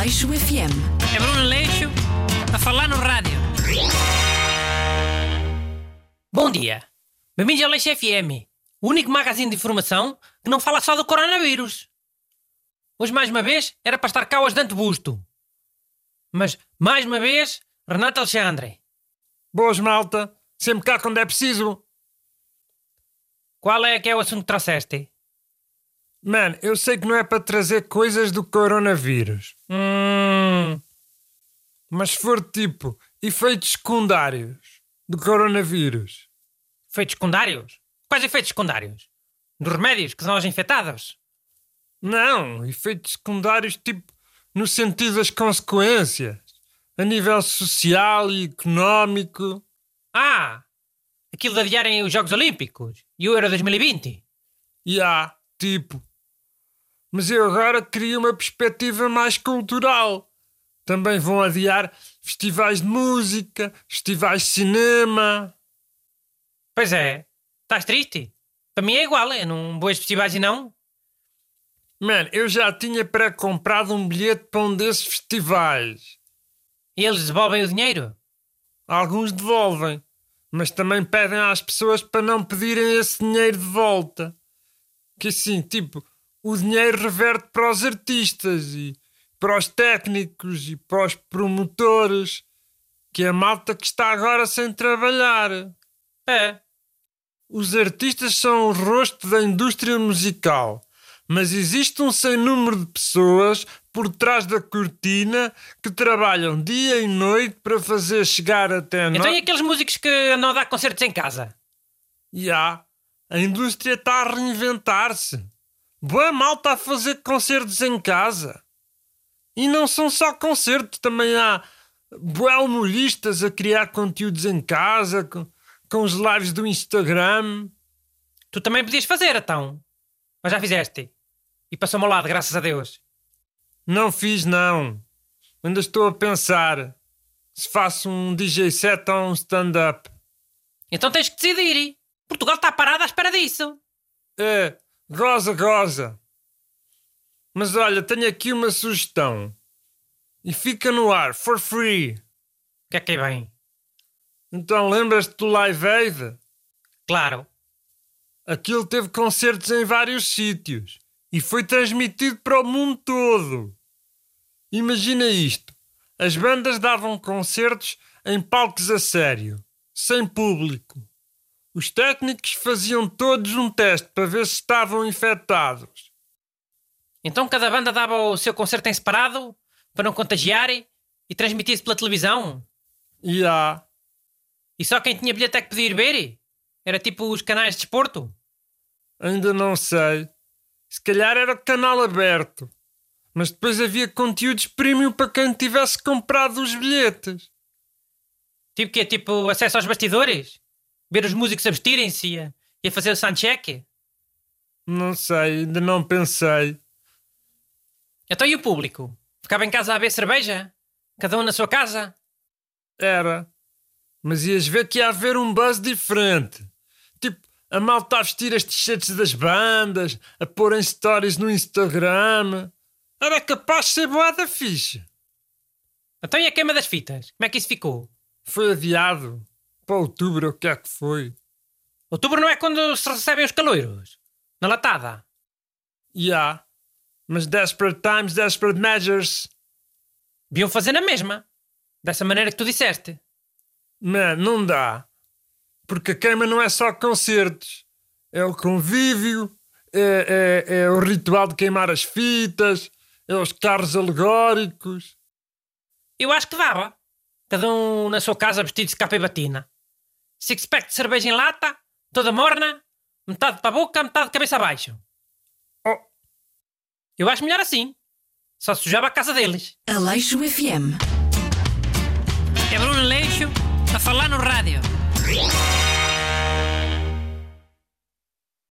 Aleixo FM. É Bruno Aleixo a falar no rádio. Bom dia. Bem-vindos ao Aleixo FM, o único magazine de informação que não fala só do coronavírus. Hoje, mais uma vez, era para estar cá o ajudante Busto. Mas, mais uma vez, Renato Alexandre. Boas, malta. Sempre cá quando é preciso. Qual é que é o assunto que trouxeste? Mano, eu sei que não é para trazer coisas do coronavírus. Mas se for tipo efeitos secundários do coronavírus. Efeitos secundários? Quais efeitos secundários? Dos remédios que dão aos infectados? Não, efeitos secundários tipo no sentido das consequências. A nível social e económico. Ah! Aquilo de adiarem os Jogos Olímpicos e o Euro 2020? Tipo. Mas eu agora queria uma perspectiva mais cultural. Também vão adiar festivais de música, festivais de cinema. Pois é. Estás triste? Para mim é igual, eu não vou a estes festivais e não. Mano, eu já tinha pré-comprado um bilhete para um desses festivais. E eles devolvem o dinheiro? Alguns devolvem, mas também pedem às pessoas para não pedirem esse dinheiro de volta. Que assim, tipo, o dinheiro reverte para os artistas e para os técnicos e para os promotores, que é a malta que está agora sem trabalhar. É. Os artistas são o rosto da indústria musical, mas existe um sem número de pessoas por trás da cortina que trabalham dia e noite para fazer chegar até nós. Então e aqueles músicos que andam a dar concertos em casa? A indústria está a reinventar-se. Boa malta a fazer concertos em casa. E não são só concertos, também há bué humoristas a criar conteúdos em casa, com os lives do Instagram. Tu também podias fazer, então. Mas já fizeste. E passou-me ao lado, graças a Deus. Não fiz, não. Ainda estou a pensar se faço um DJ set ou um stand-up. Então tens que decidir. Portugal está parado à espera disso. É, goza. Mas olha, tenho aqui uma sugestão. E fica no ar, for free. O que é que vem? Então lembras-te do Live Aid? Claro. Aquilo teve concertos em vários sítios. E foi transmitido para o mundo todo. Imagina isto. As bandas davam concertos em palcos a sério, sem público. Os técnicos faziam todos um teste para ver se estavam infectados. Então cada banda dava o seu concerto em separado para não contagiar e transmitir-se pela televisão? E só quem tinha bilhete é que podia ir ver? Era tipo os canais de desporto? Ainda não sei. Se calhar era canal aberto. Mas depois havia conteúdos premium para quem tivesse comprado os bilhetes. Tipo quê? Tipo acesso aos bastidores? Ver os músicos a vestirem-se e a fazer o soundcheck? Não sei, ainda não pensei. Então e o público? Ficava em casa a beber cerveja? Cada um na sua casa? Era. Mas ias ver que ia haver um buzz diferente. Tipo, a malta a vestir as t-shirts das bandas, a pôr em stories no Instagram. Era capaz de ser boa da ficha. Então e a queima das fitas? Como é que isso ficou? Foi adiado. Para outubro, o que é que foi? Outubro não é quando se recebem os caloiros? Na latada? Mas desperate times, desperate measures. Deviam fazer na mesma. Dessa maneira que tu disseste. Não dá. Porque a queima não é só concertos. É o convívio, é o ritual de queimar as fitas, é os carros alegóricos. Eu acho que dava. Cada um na sua casa vestido de capa e batina. Six-pack de cerveja em lata, toda morna, metade para a boca, metade de cabeça abaixo. Eu acho melhor assim. Só sujava a casa deles. Aleixo FM. É Bruno Aleixo a falar no rádio.